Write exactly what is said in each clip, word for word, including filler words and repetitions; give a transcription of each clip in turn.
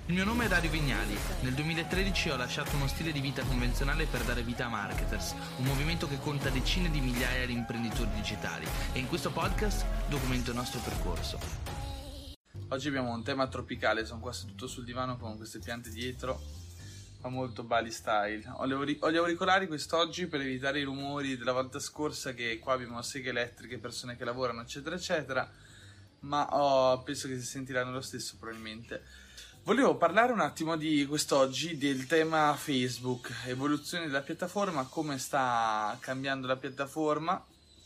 Il mio nome è Dario Vignali. Nel duemilatredici ho lasciato uno stile di vita convenzionale per dare vita a Marketers, un movimento che conta decine di migliaia di imprenditori digitali, e in questo podcast documento il nostro percorso. Oggi abbiamo un tema tropicale, sono qua seduto sul divano con queste piante dietro, fa molto Bali style. Ho, le auri- ho gli auricolari quest'oggi per evitare i rumori della volta scorsa, che qua abbiamo seghe elettriche, persone che lavorano eccetera eccetera, ma oh, penso che si sentiranno lo stesso probabilmente. Volevo parlare un attimo di quest'oggi del tema Facebook, evoluzione della piattaforma, come sta cambiando la piattaforma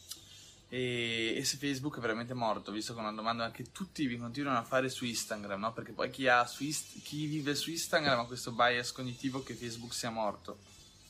e, e se Facebook è veramente morto, visto che è una domanda che tutti vi continuano a fare su Instagram, no? Perché poi chi, ha su Ist- chi vive su Instagram ha questo bias cognitivo che Facebook sia morto.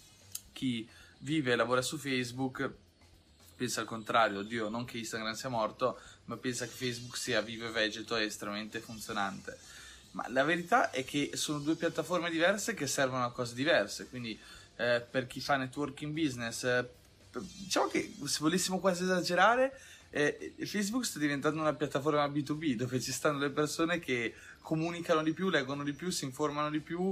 Chi vive e lavora su Facebook pensa al contrario, oddio, non che Instagram sia morto, ma pensa che Facebook sia vivo e vegeto e estremamente funzionante. Ma la verità è che sono due piattaforme diverse che servono a cose diverse, quindi eh, per chi fa networking business, eh, diciamo che se volessimo quasi esagerare, eh, Facebook sta diventando una piattaforma B due B, dove ci stanno le persone che comunicano di più, leggono di più, si informano di più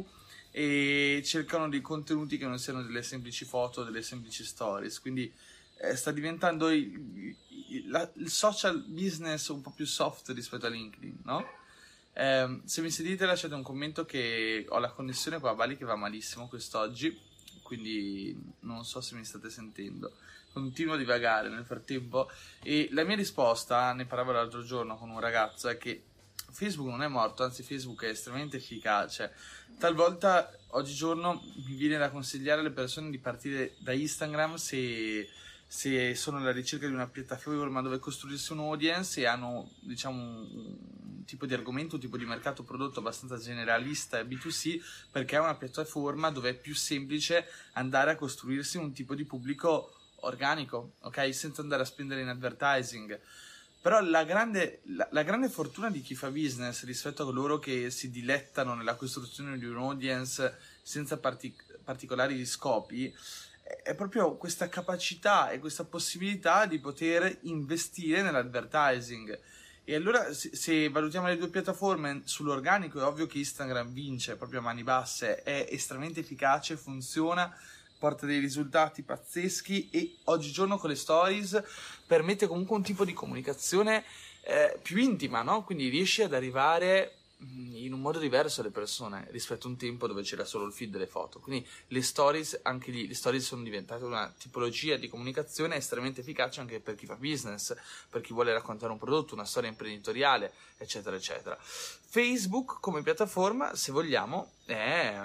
e cercano dei contenuti che non siano delle semplici foto, delle semplici stories, quindi eh, sta diventando il, il, la, il social business un po' più soft rispetto a LinkedIn, no? Eh, se mi sentite lasciate un commento, che ho la connessione qua a Bali che va malissimo quest'oggi, quindi non so se mi state sentendo, continuo a divagare nel frattempo. E la mia risposta, ne parlavo l'altro giorno con un ragazzo, è che Facebook non è morto, anzi Facebook è estremamente efficace. Talvolta oggigiorno mi viene da consigliare alle persone di partire da Instagram se, se sono alla ricerca di una piattaforma dove costruirsi un audience e hanno, diciamo, un tipo di argomento, un tipo di mercato prodotto abbastanza generalista e B due C, perché è una piattaforma dove è più semplice andare a costruirsi un tipo di pubblico organico, ok? Senza andare a spendere in advertising. Però la grande, la, la grande fortuna di chi fa business rispetto a coloro che si dilettano nella costruzione di un audience senza partic- particolari scopi è proprio questa capacità e questa possibilità di poter investire nell'advertising. E allora se, se valutiamo le due piattaforme sull'organico, è ovvio che Instagram vince proprio a mani basse, è estremamente efficace, funziona, porta dei risultati pazzeschi e oggigiorno con le stories permette comunque un tipo di comunicazione eh, più intima, no? Quindi riesci ad arrivare in un modo diverso alle persone rispetto a un tempo dove c'era solo il feed delle foto. Quindi le stories, anche lì, le stories sono diventate una tipologia di comunicazione estremamente efficace anche per chi fa business, per chi vuole raccontare un prodotto, una storia imprenditoriale, eccetera eccetera. Facebook come piattaforma, se vogliamo, è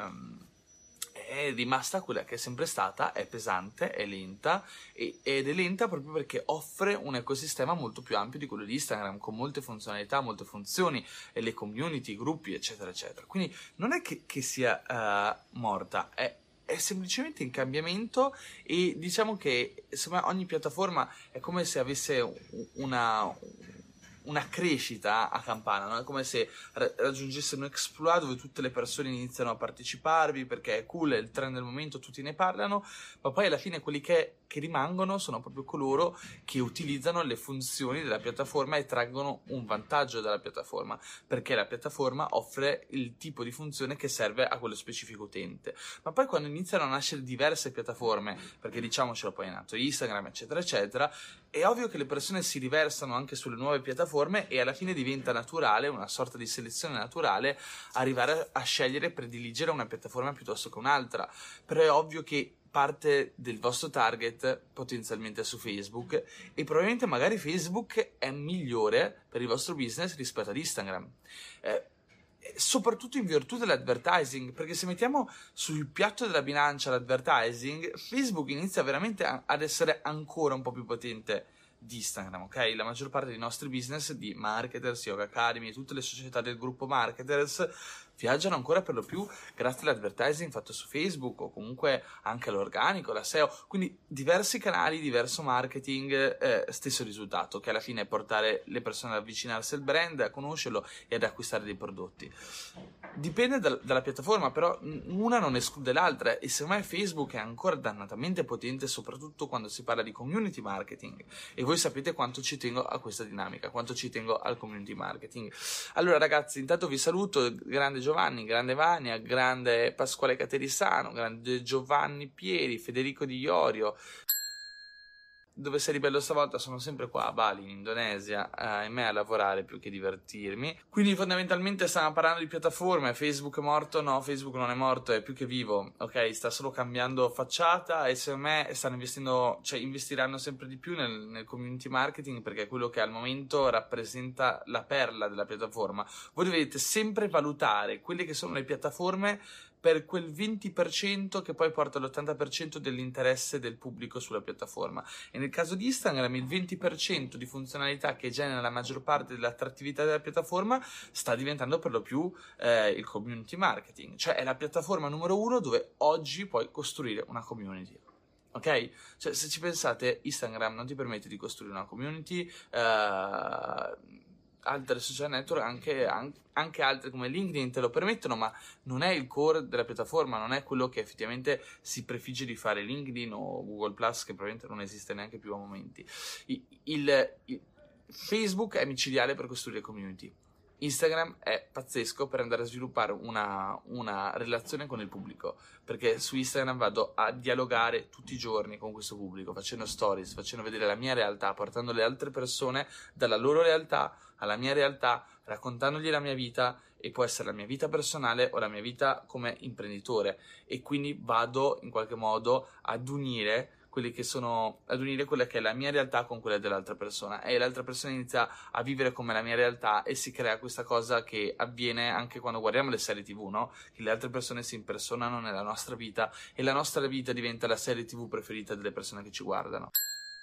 è rimasta quella che è sempre stata, è pesante, è lenta e, ed è lenta proprio perché offre un ecosistema molto più ampio di quello di Instagram, con molte funzionalità, molte funzioni, e le community, i gruppi, eccetera eccetera. Quindi non è che, che sia uh, morta, è è semplicemente in cambiamento, e diciamo che insomma ogni piattaforma è come se avesse una una crescita a campana, no? È come se raggiungesse un exploit dove tutte le persone iniziano a parteciparvi perché è cool, è il trend del momento, tutti ne parlano, ma poi alla fine quelli che, che rimangono sono proprio coloro che utilizzano le funzioni della piattaforma e traggono un vantaggio dalla piattaforma, perché la piattaforma offre il tipo di funzione che serve a quello specifico utente. Ma poi quando iniziano a nascere diverse piattaforme, perché diciamocelo, poi è nato Instagram eccetera eccetera, è ovvio che le persone si riversano anche sulle nuove piattaforme e alla fine diventa naturale, una sorta di selezione naturale, arrivare a scegliere e prediligere una piattaforma piuttosto che un'altra. Però è ovvio che parte del vostro target potenzialmente è su Facebook e probabilmente magari Facebook è migliore per il vostro business rispetto ad Instagram. Eh, soprattutto in virtù dell'advertising, perché se mettiamo sul piatto della bilancia l'advertising, Facebook inizia veramente a, ad essere ancora un po' più potente di Instagram, ok? La maggior parte dei nostri business di Marketers, Yoga Academy, tutte le società del gruppo Marketers viaggiano ancora per lo più grazie all'advertising fatto su Facebook, o comunque anche all'organico, la S E O, quindi diversi canali, diverso marketing, eh, stesso risultato, che alla fine è portare le persone ad avvicinarsi al brand, a conoscerlo e ad acquistare dei prodotti. Dipende dal, dalla piattaforma, però una non esclude l'altra, e secondo me Facebook è ancora dannatamente potente, soprattutto quando si parla di community marketing. E voi sapete quanto ci tengo a questa dinamica, quanto ci tengo al community marketing. Allora ragazzi, intanto vi saluto, grande Giovanni, grande Vania, grande Pasquale Caterisano, grande Giovanni Pieri, Federico Di Iorio. Dove sei bello stavolta? Sono sempre qua a Bali, in Indonesia, eh, ahimè a lavorare più che divertirmi. Quindi fondamentalmente stiamo parlando di piattaforme. Facebook è morto? No, Facebook non è morto, è più che vivo, ok? Sta solo cambiando facciata e secondo me stanno investendo, cioè investiranno sempre di più nel, nel community marketing, perché è quello che al momento rappresenta la perla della piattaforma. Voi dovete sempre valutare quelle che sono le piattaforme per quel venti per cento che poi porta all'ottanta per cento dell'interesse del pubblico sulla piattaforma. E nel caso di Instagram il venti per cento di funzionalità che genera la maggior parte dell'attrattività della piattaforma sta diventando per lo più eh, il community marketing, cioè è la piattaforma numero uno dove oggi puoi costruire una community. Ok? Cioè, se ci pensate, Instagram non ti permette di costruire una community, eh, altre social network, anche, anche altre come LinkedIn te lo permettono, ma non è il core della piattaforma, non è quello che effettivamente si prefigge di fare LinkedIn o Google Plus, che probabilmente non esiste neanche più a momenti. Il, il, il Facebook è micidiale per costruire community. Instagram è pazzesco per andare a sviluppare una, una relazione con il pubblico, perché su Instagram vado a dialogare tutti i giorni con questo pubblico, facendo stories, facendo vedere la mia realtà, portando le altre persone dalla loro realtà alla mia realtà, raccontandogli la mia vita, e può essere la mia vita personale o la mia vita come imprenditore, e quindi vado in qualche modo ad unire quelli che sono ad unire quella che è la mia realtà con quella dell'altra persona, e l'altra persona inizia a vivere come la mia realtà, e si crea questa cosa che avviene anche quando guardiamo le serie tv, no? Che le altre persone si impersonano nella nostra vita e la nostra vita diventa la serie tv preferita delle persone che ci guardano.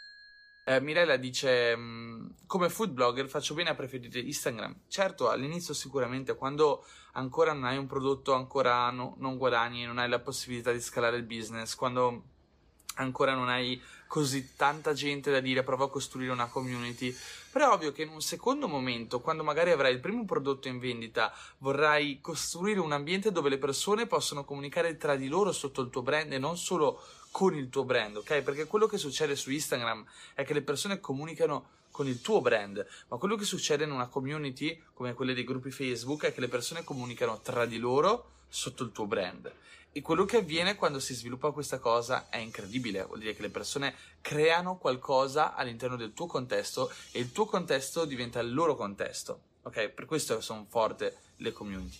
Eh, Mirella dice: come food blogger faccio bene a preferire Instagram. Certo, all'inizio sicuramente, quando ancora non hai un prodotto, ancora no, non guadagni, non hai la possibilità di scalare il business, quando ancora non hai così tanta gente da dire prova a costruire una community. Però è ovvio che in un secondo momento, quando magari avrai il primo prodotto in vendita, vorrai costruire un ambiente dove le persone possono comunicare tra di loro sotto il tuo brand e non solo con il tuo brand, ok? Perché quello che succede su Instagram è che le persone comunicano con il tuo brand, ma quello che succede in una community come quelle dei gruppi Facebook è che le persone comunicano tra di loro sotto il tuo brand. E quello che avviene quando si sviluppa questa cosa è incredibile, vuol dire che le persone creano qualcosa all'interno del tuo contesto e il tuo contesto diventa il loro contesto, ok? Per questo sono forti le community.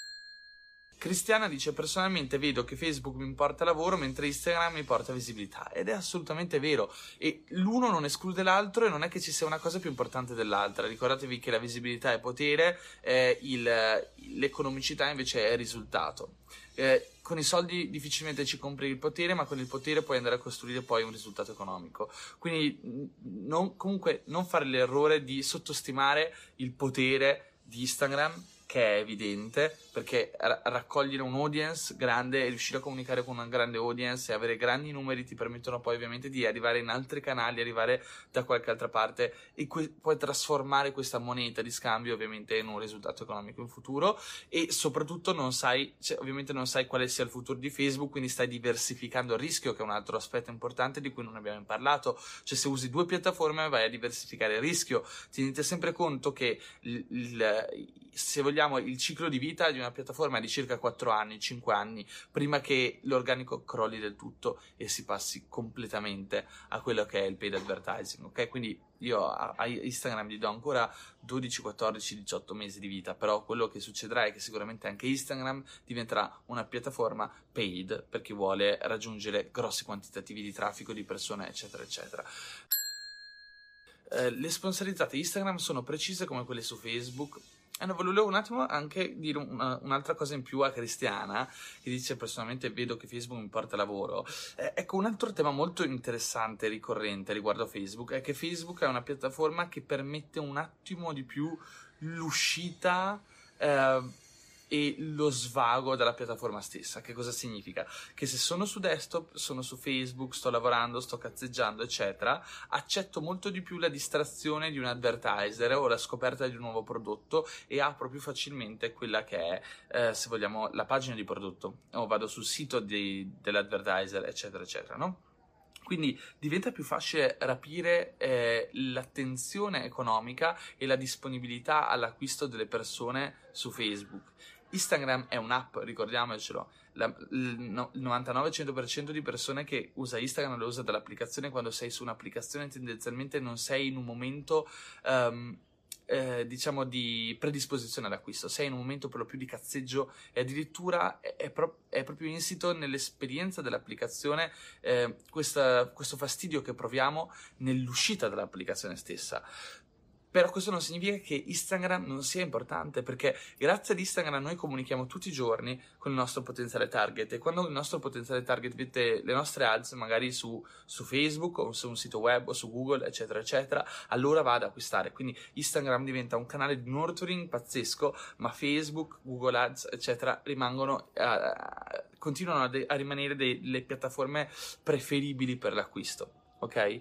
Cristiana dice: personalmente vedo che Facebook mi porta lavoro mentre Instagram mi porta visibilità, ed è assolutamente vero, e l'uno non esclude l'altro, e non è che ci sia una cosa più importante dell'altra. Ricordatevi che la visibilità è potere, eh, il, l'economicità invece è risultato. Eh, con i soldi difficilmente ci compri il potere, ma con il potere puoi andare a costruire poi un risultato economico. Quindi non, comunque non fare l'errore di sottostimare il potere di Instagram, che è evidente, perché raccogliere un audience grande e riuscire a comunicare con una grande audience e avere grandi numeri ti permettono poi ovviamente di arrivare in altri canali, arrivare da qualche altra parte, e que- puoi trasformare questa moneta di scambio ovviamente in un risultato economico in futuro. E soprattutto non sai, cioè, ovviamente non sai quale sia il futuro di Facebook, quindi stai diversificando il rischio, che è un altro aspetto importante di cui non abbiamo parlato. Cioè, se usi due piattaforme vai a diversificare il rischio. Tenete sempre conto che il, il, se vogliamo il ciclo di vita di una piattaforma è di circa quattro anni, cinque anni, prima che l'organico crolli del tutto e si passi completamente a quello che è il paid advertising, ok? Quindi io a, a Instagram gli do ancora dodici, quattordici, diciotto mesi di vita, però quello che succederà è che sicuramente anche Instagram diventerà una piattaforma paid per chi vuole raggiungere grossi quantitativi di traffico, di persone, eccetera, eccetera. Eh, le sponsorizzate Instagram sono precise come quelle su Facebook. E eh, volevo un attimo anche dire una, un'altra cosa in più a Cristiana, che dice: personalmente vedo che Facebook mi porta lavoro. Eh, ecco, un altro tema molto interessante e ricorrente riguardo a Facebook è che Facebook è una piattaforma che permette un attimo di più l'uscita eh, e lo svago dalla piattaforma stessa. Che cosa significa? Che se sono su desktop, sono su Facebook, sto lavorando, sto cazzeggiando, eccetera, accetto molto di più la distrazione di un advertiser o la scoperta di un nuovo prodotto, e apro più facilmente quella che è, eh, se vogliamo, la pagina di prodotto, o vado sul sito di, dell'advertiser, eccetera, eccetera, no? Quindi diventa più facile rapire eh, l'attenzione economica e la disponibilità all'acquisto delle persone su Facebook. Instagram è un'app, ricordiamocelo. La, il, no, il novantanove cento per cento di persone che usa Instagram lo usa dall'applicazione. Quando sei su un'applicazione tendenzialmente non sei in un momento um, eh, diciamo di predisposizione all'acquisto, sei in un momento per lo più di cazzeggio e addirittura è, è, pro- è proprio insito nell'esperienza dell'applicazione eh, questa, questo fastidio che proviamo nell'uscita dell'applicazione stessa. Però questo non significa che Instagram non sia importante, perché grazie ad Instagram noi comunichiamo tutti i giorni con il nostro potenziale target, e quando il nostro potenziale target vede le nostre ads magari su, su Facebook o su un sito web o su Google eccetera eccetera, allora va ad acquistare. Quindi Instagram diventa un canale di nurturing pazzesco, ma Facebook, Google Ads eccetera rimangono uh, continuano a, de- a rimanere delle piattaforme preferibili per l'acquisto, ok?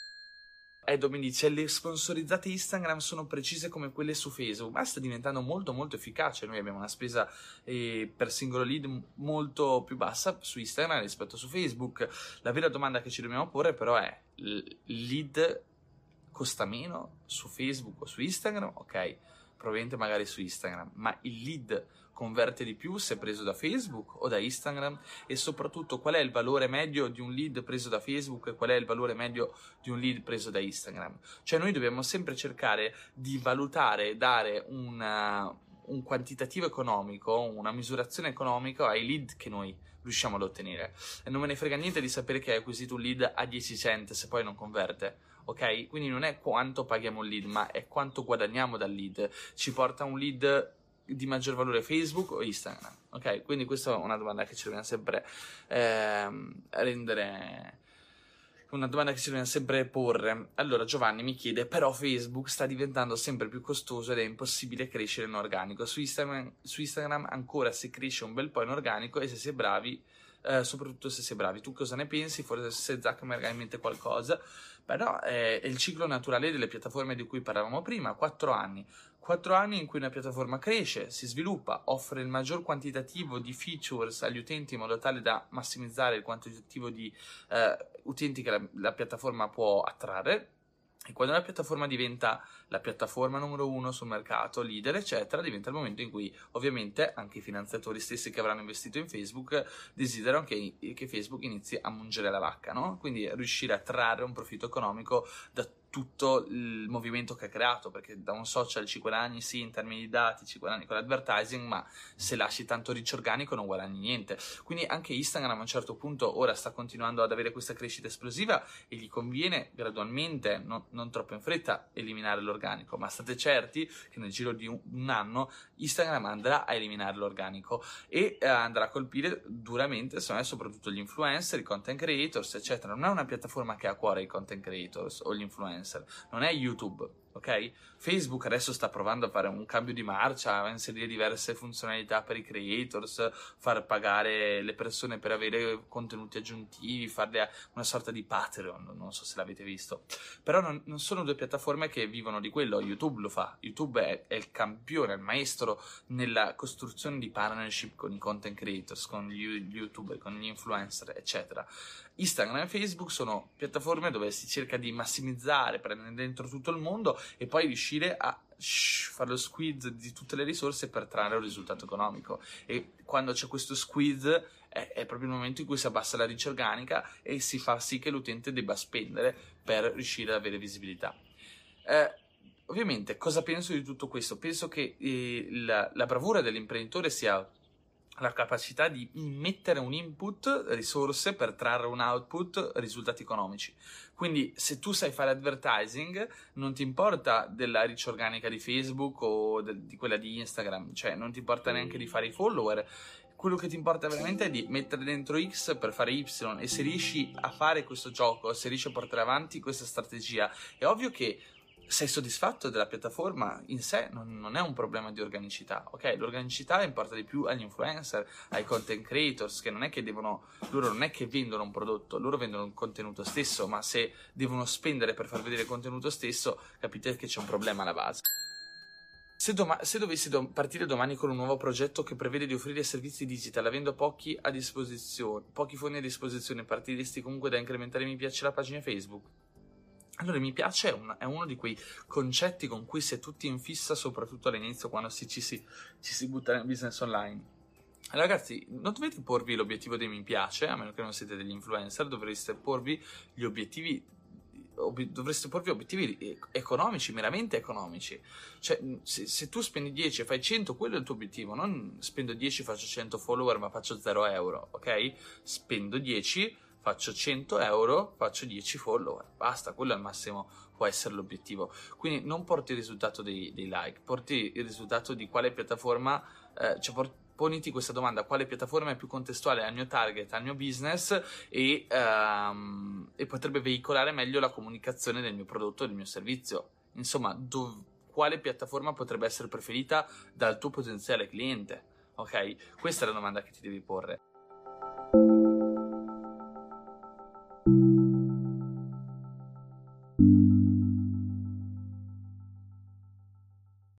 Edo mi dice: le sponsorizzate Instagram sono precise come quelle su Facebook, ma sta diventando molto molto efficace. Noi abbiamo una spesa eh, per singolo lead molto più bassa su Instagram rispetto su Facebook. La vera domanda che ci dobbiamo porre però è: il lead costa meno su Facebook o su Instagram? Ok, probabilmente magari su Instagram, ma il lead converte di più se preso da Facebook o da Instagram? E soprattutto qual è il valore medio di un lead preso da Facebook e qual è il valore medio di un lead preso da Instagram? Cioè noi dobbiamo sempre cercare di valutare, dare una, un quantitativo economico, una misurazione economica ai lead che noi riusciamo ad ottenere. E non me ne frega niente di sapere che hai acquisito un lead a dieci cent se poi non converte. Ok? Quindi non è quanto paghiamo un lead, ma è quanto guadagniamo dal lead. Ci porta un lead di maggior valore Facebook o Instagram? Ok? Quindi questa è una domanda che ci dobbiamo sempre ehm, rendere, una domanda che ci dobbiamo sempre porre. Allora Giovanni mi chiede: però Facebook sta diventando sempre più costoso ed è impossibile crescere in organico. Su Instagram, su Instagram ancora si cresce un bel po' in organico, e se si è bravi, eh, soprattutto se si è bravi. Tu cosa ne pensi? Forse se Zuckerberg ha in mente qualcosa. Però è, è il ciclo naturale delle piattaforme di cui parlavamo prima. Quattro anni. Quattro anni in cui una piattaforma cresce, si sviluppa, offre il maggior quantitativo di features agli utenti in modo tale da massimizzare il quantitativo di eh, utenti che la, la piattaforma può attrarre. E quando la piattaforma diventa la piattaforma numero uno sul mercato, leader eccetera, diventa il momento in cui ovviamente anche i finanziatori stessi che avranno investito in Facebook desiderano che, che Facebook inizi a mungere la vacca, no? Quindi riuscire a trarre un profitto economico da tutto il movimento che ha creato, perché da un social ci guadagni sì in termini di dati, ci guadagni con l'advertising, ma se lasci tanto reach organico non guadagni niente. Quindi anche Instagram a un certo punto ora sta continuando ad avere questa crescita esplosiva e gli conviene gradualmente, non, non troppo in fretta, eliminare l'organico, ma state certi che nel giro di un, un anno Instagram andrà a eliminare l'organico e eh, andrà a colpire duramente, secondo me, soprattutto gli influencer, i content creators eccetera. Non è una piattaforma che ha a cuore i content creators o gli influencer, non è YouTube, ok? Facebook adesso sta provando a fare un cambio di marcia, a inserire diverse funzionalità per i creators, far pagare le persone per avere contenuti aggiuntivi, farle una sorta di Patreon, non so se l'avete visto. Però non, non sono due piattaforme che vivono di quello. YouTube lo fa, YouTube è, è il campione, il maestro nella costruzione di partnership con i content creators, con gli, gli youtuber, con gli influencer eccetera. Instagram e Facebook sono piattaforme dove si cerca di massimizzare, prendere dentro tutto il mondo e poi riuscire a shh, fare lo squeeze di tutte le risorse per trarre un risultato economico. E quando c'è questo squeeze è, è proprio il momento in cui si abbassa la reach organica e si fa sì che l'utente debba spendere per riuscire ad avere visibilità. Eh, ovviamente cosa penso di tutto questo? Penso che eh, la, la bravura dell'imprenditore sia la capacità di mettere un input, risorse, per trarre un output, risultati economici. Quindi se tu sai fare advertising, non ti importa della reach organica di Facebook o de- di quella di Instagram, cioè non ti importa neanche di fare i follower. Quello che ti importa veramente è di mettere dentro X per fare Y, e se riesci a fare questo gioco, se riesci a portare avanti questa strategia, è ovvio che sei soddisfatto della piattaforma in sé, non, non è un problema di organicità, ok? L'organicità importa di più agli influencer, ai content creators, che non è che devono, loro non è che vendono un prodotto, loro vendono un contenuto stesso, ma se devono spendere per far vedere il contenuto stesso, capite che c'è un problema alla base. Se, doma- se dovessi do- partire domani con un nuovo progetto che prevede di offrire servizi digital avendo pochi a disposizione, pochi fondi a disposizione, partiresti comunque da incrementare mi piace la pagina Facebook? Allora, mi piace è, un- è uno di quei concetti con cui si è tutti in fissa, soprattutto all'inizio quando si- ci, si, ci si butta nel business online. Allora, ragazzi, non dovete porvi l'obiettivo dei mi piace, a meno che non siete degli influencer, dovreste porvi gli obiettivi ob- dovreste porvi obiettivi e- economici, meramente economici. Cioè, se, se tu spendi dieci e fai cento, quello è il tuo obiettivo. Non spendo dieci, faccio cento follower, ma faccio zero euro, ok? Spendo dieci, faccio cento euro, faccio dieci follower. Basta, quello al massimo può essere l'obiettivo. Quindi non porti il risultato dei, dei like, porti il risultato di quale piattaforma, eh, cioè porti poniti questa domanda: quale piattaforma è più contestuale al mio target, al mio business e, um, e potrebbe veicolare meglio la comunicazione del mio prodotto e del mio servizio. Insomma, dov- quale piattaforma potrebbe essere preferita dal tuo potenziale cliente? Ok? Questa è la domanda che ti devi porre.